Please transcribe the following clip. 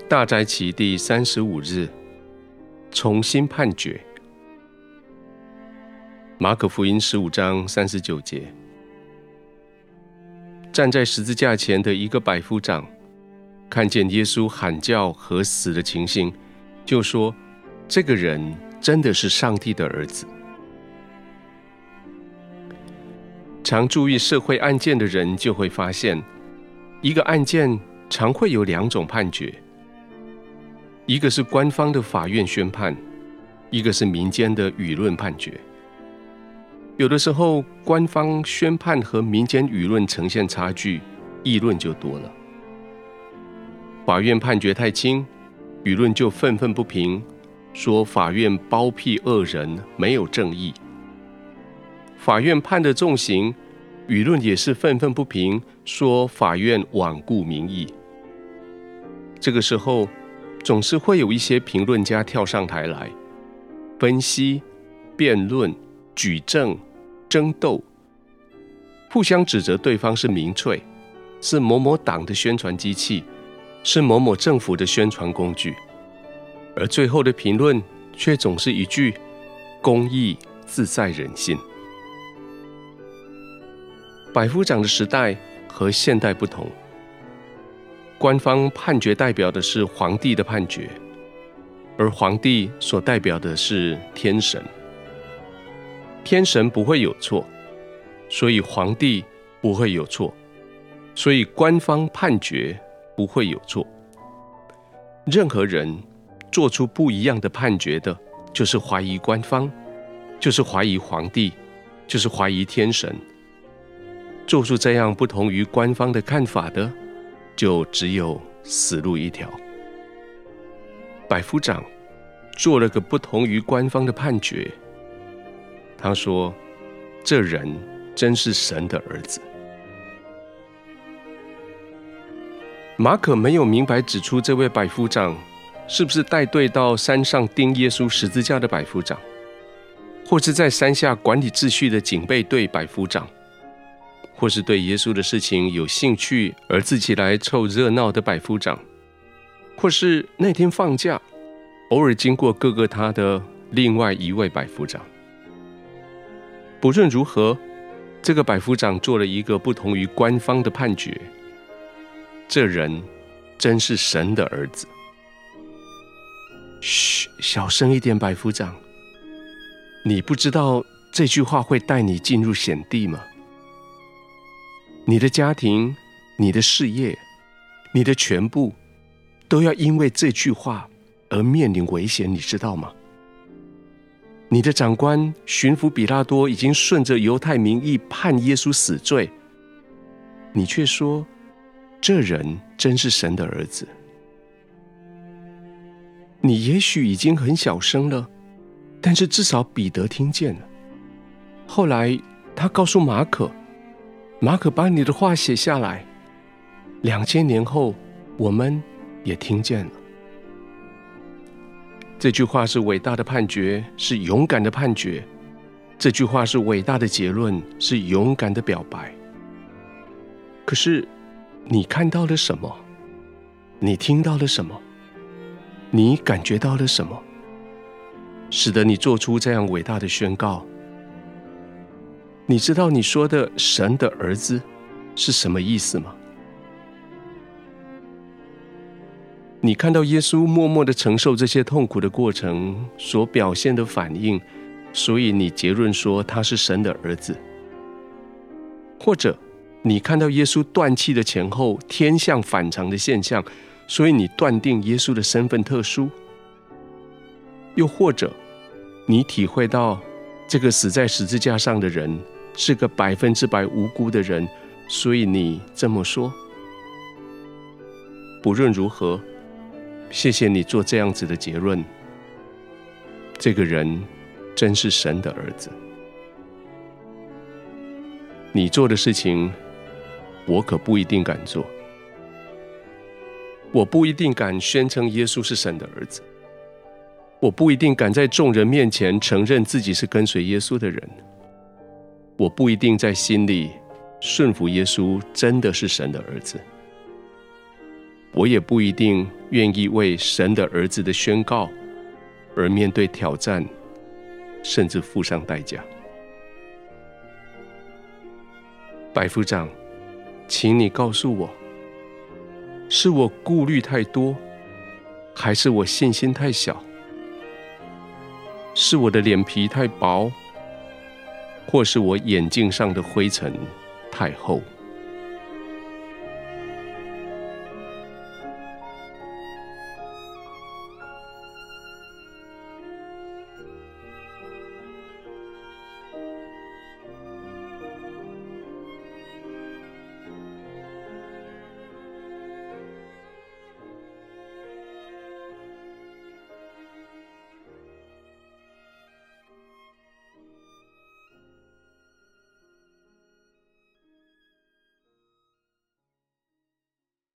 大斋期第35日，重新判决。马可福音15章39节，站在十字架前的一个百夫长，看见耶稣喊叫和死的情形，就说：这个人真的是上帝的儿子。常注意社会案件的人就会发现，一个案件常会有两种判决，一个是官方的法院宣判，一个是民间的舆论判决。有的时候，官方宣判和民间舆论呈现差距，议论就多了。法院判决太轻，舆论就愤愤不平，说法院包庇恶人，没有正义。法院判的重刑，舆论也是愤愤不平，说法院罔顾民意。这个时候，总是会有一些评论家跳上台来，分析、辩论、举证、争斗，互相指责对方是民粹，是某某党的宣传机器，是某某政府的宣传工具，而最后的评论却总是一句：公义自在人心。百夫长的时代和现代不同，官方判决代表的是皇帝的判决，而皇帝所代表的是天神。天神不会有错，所以皇帝不会有错，所以官方判决不会有错。任何人做出不一样的判决的，就是怀疑官方，就是怀疑皇帝，就是怀疑天神。做出这样不同于官方的看法的，就只有死路一条。百夫长做了个不同于官方的判决，他说：这人真是神的儿子。马可没有明白指出这位百夫长是不是带队到山上钉耶稣十字架的百夫长，或是在山下管理秩序的警备队百夫长，或是对耶稣的事情有兴趣而自己来凑热闹的百夫长，或是那天放假偶尔经过哥哥他的另外一位百夫长。不论如何，这个百夫长做了一个不同于官方的判决，这人真是神的儿子。嘘，小声一点，百夫长，你不知道这句话会带你进入险地吗？你的家庭、你的事业、你的全部，都要因为这句话而面临危险，你知道吗？你的长官巡抚比拉多已经顺着犹太民意判耶稣死罪，你却说这人真是神的儿子。你也许已经很小声了，但是至少彼得听见了。后来他告诉马可，马可把你的话写下来，2000年后我们也听见了。这句话是伟大的判决，是勇敢的判决。这句话是伟大的结论，是勇敢的表白。可是你看到了什么？你听到了什么？你感觉到了什么，使得你做出这样伟大的宣告？你知道你说的神的儿子是什么意思吗？你看到耶稣默默地承受这些痛苦的过程所表现的反应，所以你结论说他是神的儿子。或者你看到耶稣断气的前后天象反常的现象，所以你断定耶稣的身份特殊。又或者你体会到这个死在十字架上的人是个100%无辜的人，所以你这么说。不论如何，谢谢你做这样子的结论，这个人真是神的儿子。你做的事情，我可不一定敢做。我不一定敢宣称耶稣是神的儿子，我不一定敢在众人面前承认自己是跟随耶稣的人，我不一定在心里顺服耶稣真的是神的儿子。 我也不一定愿意为神的儿子的宣告而面对挑战，甚至付上代价。百夫长，请你告诉我，是我顾虑太多，还是我信心太小？是我的脸皮太薄，或是我眼镜上的灰尘太厚？